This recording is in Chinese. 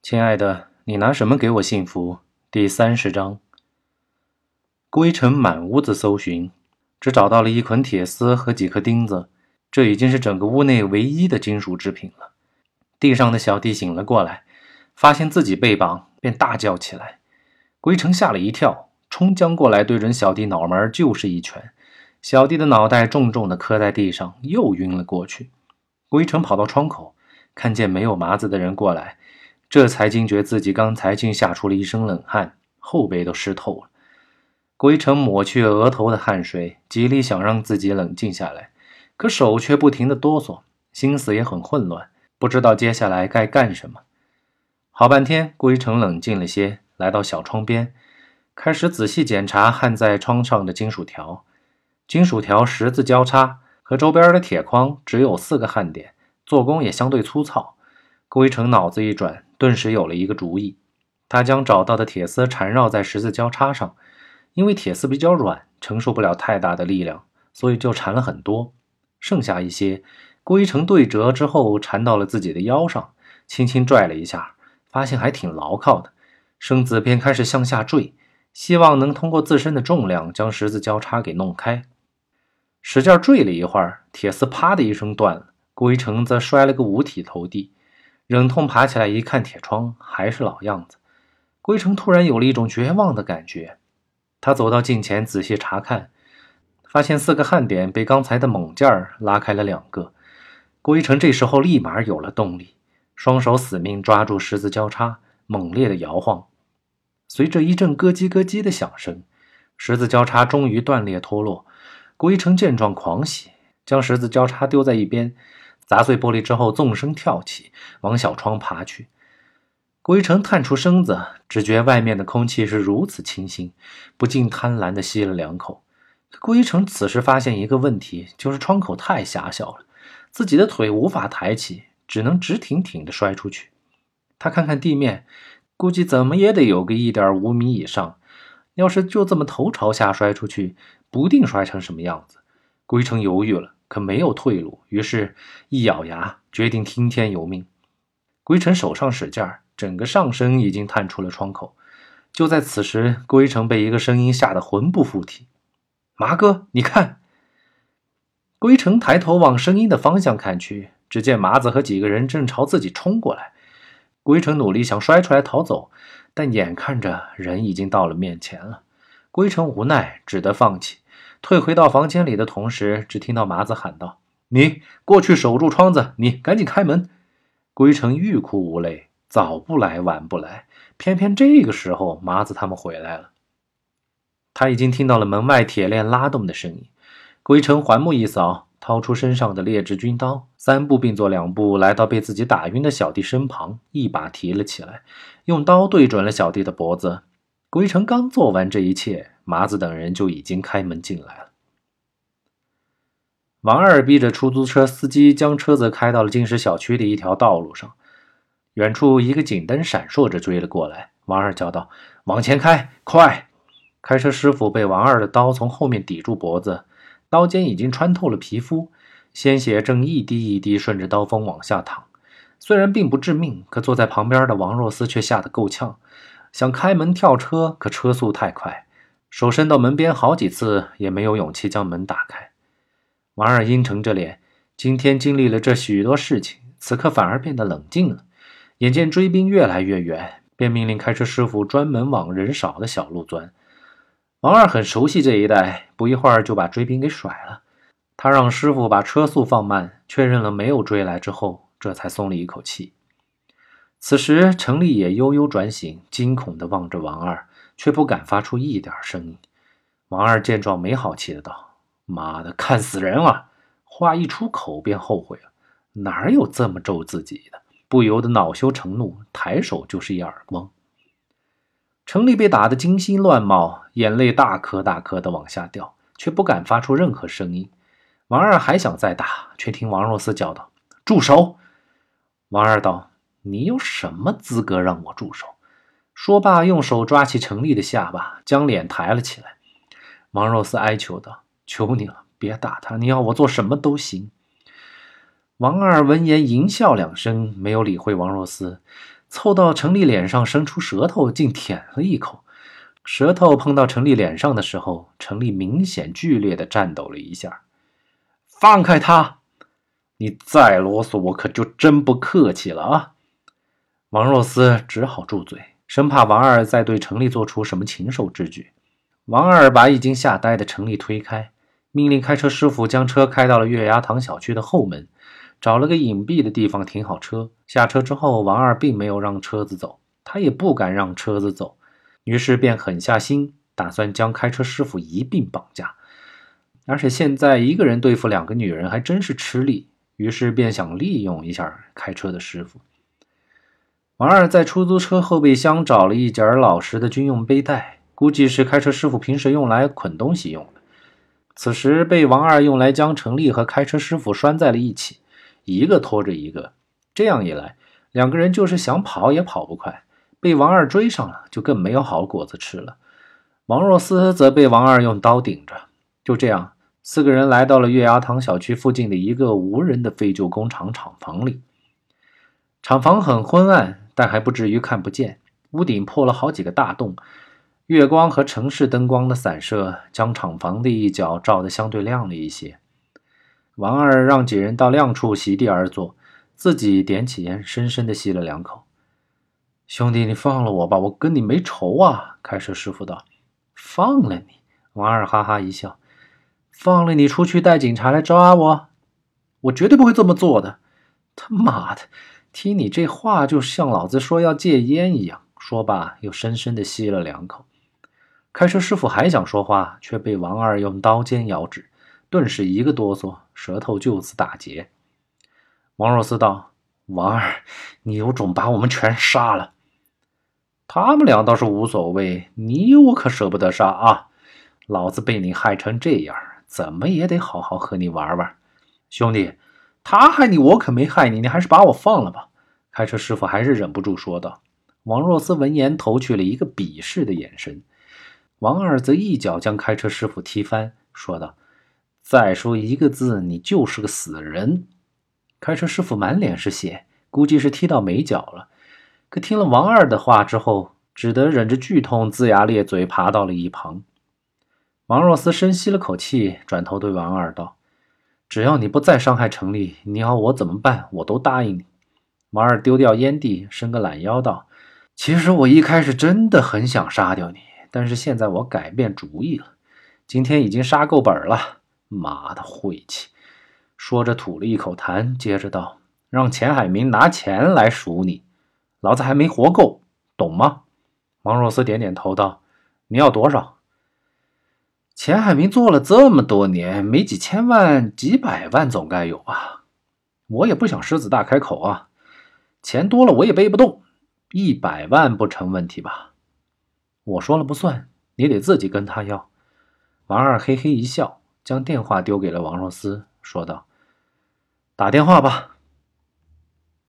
亲爱的，你拿什么给我幸福？第30章。归尘满屋子搜寻，只找到了一捆铁丝和几颗钉子，这已经是整个屋内唯一的金属制品了。地上的小弟醒了过来，发现自己被绑，便大叫起来。归尘吓了一跳，冲将过来，对准小弟脑门就是一拳。小弟的脑袋重重地磕在地上，又晕了过去。归尘跑到窗口，看见没有麻子的人过来，这才惊觉自己刚才竟吓出了一身冷汗，后背都湿透了。归尘抹去额头的汗水，极力想让自己冷静下来，可手却不停地哆嗦，心思也很混乱，不知道接下来该干什么。好半天，归尘冷静了些，来到小窗边，开始仔细检查焊在窗上的金属条。金属条十字交叉，和周边的铁框只有4个焊点，做工也相对粗糙。归尘脑子一转，顿时有了一个主意。他将找到的铁丝缠绕在十字交叉上，因为铁丝比较软，承受不了太大的力量，所以就缠了很多。剩下一些，归尘对折之后缠到了自己的腰上，轻轻拽了一下，发现还挺牢靠的，身子便开始向下坠，希望能通过自身的重量将十字交叉给弄开。使劲坠了一会儿，铁丝啪的一声断了，归尘则摔了个五体投地。忍痛爬起来一看，铁窗还是老样子。归尘突然有了一种绝望的感觉，他走到镜前仔细查看，发现4个焊点被刚才的猛劲儿拉开了2个。归尘这时候立马有了动力，双手死命抓住十字交叉，猛烈地摇晃。随着一阵咯叽咯叽的响声，十字交叉终于断裂脱落。归尘见状狂喜，将十字交叉丢在一边，砸碎玻璃之后纵身跳起，往小窗爬去。归尘探出身子，只觉外面的空气是如此清新，不禁贪婪地吸了2口。归尘此时发现一个问题，就是窗口太狭小了，自己的腿无法抬起，只能直挺挺地摔出去。他看看地面，估计怎么也得有个1.5米以上，要是就这么头朝下摔出去，不定摔成什么样子。归尘犹豫了，可没有退路，于是一咬牙，决定听天由命。归尘手上使劲儿，整个上身已经探出了窗口。就在此时，归尘被一个声音吓得魂不附体。麻哥，你看！归尘抬头往声音的方向看去，只见麻子和几个人正朝自己冲过来。归尘努力想摔出来逃走，但眼看着人已经到了面前了，归尘无奈，只得放弃。退回到房间里的同时，只听到麻子喊道：“你过去守住窗子，你赶紧开门！”归尘欲哭无泪，早不来晚不来，偏偏这个时候麻子他们回来了。他已经听到了门外铁链拉动的声音。归尘环目一扫，掏出身上的劣质军刀，3步并作2步来到被自己打晕的小弟身旁，一把提了起来，用刀对准了小弟的脖子。归尘刚做完这一切，麻子等人就已经开门进来了。王二逼着出租车司机将车子开到了金石小区的一条道路上，远处一个警灯闪烁着追了过来。王二叫道：“往前开，快！”开车师傅被王二的刀从后面抵住脖子，刀尖已经穿透了皮肤，鲜血正一滴一滴顺着刀锋往下淌。虽然并不致命，可坐在旁边的王若思却吓得够呛，想开门跳车，可车速太快，手伸到门边好几次也没有勇气将门打开。王二阴沉着脸，今天经历了这许多事情，此刻反而变得冷静了。眼见追兵越来越远，便命令开车师傅专门往人少的小路钻。王二很熟悉这一带，不一会儿就把追兵给甩了。他让师傅把车速放慢，确认了没有追来之后，这才松了一口气。此时程立也悠悠转醒，惊恐地望着王二，却不敢发出一点声音。王二见状没好气的道：“妈的，看死人啊！”话一出口便后悔了，哪有这么咒自己的，不由得恼羞成怒，抬手就是一耳光。程立被打得惊心乱冒，眼泪大颗大颗的往下掉，却不敢发出任何声音。王二还想再打，却听王若思叫道：“住手！”王二道：“你有什么资格让我住手？”说罢用手抓起程立的下巴，将脸抬了起来。王若思哀求道：“求你了，别打他，你要我做什么都行。”王二闻言淫笑2声，没有理会王若思， 凑到程丽脸上伸出舌头，竟舔了一口。舌头碰到程丽脸上的时候，程丽明显剧烈地颤抖了一下。放开他！你再啰嗦，我可就真不客气了啊！王若思只好住嘴，生怕王二再对程丽做出什么禽兽之举。王二把已经吓呆的程丽推开，命令开车师傅将车开到了月牙塘小区的后门，找了个隐蔽的地方停好车。下车之后，王二并没有让车子走，他也不敢让车子走，于是便狠下心，打算将开车师傅一并绑架。而且现在一个人对付2个女人还真是吃力，于是便想利用一下开车的师傅。王二在出租车后备箱找了一截老实的军用背带，估计是开车师傅平时用来捆东西用的。此时被王二用来将程丽和开车师傅拴在了一起，一个拖着一个，这样一来，2个人就是想跑也跑不快，被王二追上了就更没有好果子吃了。王若思则被王二用刀顶着。就这样，4个人来到了月牙塘小区附近的一个无人的废旧工厂厂房里。厂房很昏暗，但还不至于看不见，屋顶破了好几个大洞，月光和城市灯光的散射将厂房的一角照得相对亮了一些。王二让几人到亮处席地而坐，自己点起烟，深深地吸了2口。兄弟，你放了我吧，我跟你没仇啊，开车师傅道。放了你？王二哈哈一笑。放了你出去带警察来抓我？我绝对不会这么做的。他妈的，听你这话就像老子说要戒烟一样。说罢又深深地吸了2口。开车师傅还想说话，却被王二用刀尖咬指，顿时一个哆嗦，舌头就此打结。王若思道：王二，你有种把我们全杀了。他们俩倒是无所谓，你我可舍不得杀啊！老子被你害成这样，怎么也得好好和你玩玩。兄弟，他害你，我可没害你，你还是把我放了吧。开车师傅还是忍不住说道。王若思闻言投去了一个鄙视的眼神。王二则一脚将开车师傅踢翻，说道：再说一个字，你就是个死人。开车师傅满脸是血，估计是踢到没脚了。可听了王二的话之后，只得忍着剧痛，龇牙咧嘴爬到了一旁。王若思深吸了口气，转头对王二道：只要你不再伤害程丽，你要我怎么办，我都答应你。王二丢掉烟蒂，伸个懒腰道：其实我一开始真的很想杀掉你，但是现在我改变主意了，今天已经杀够本了。妈的晦气！说着吐了一口痰，接着道：让钱海明拿钱来赎你，老子还没活够，懂吗？王若思点点头道：你要多少？钱海明做了这么多年，没几千万几百万总该有吧。我也不想狮子大开口啊，钱多了我也背不动，100万不成问题吧？我说了不算，你得自己跟他要。王二嘿嘿一笑，将电话丢给了王若思，说道：打电话吧。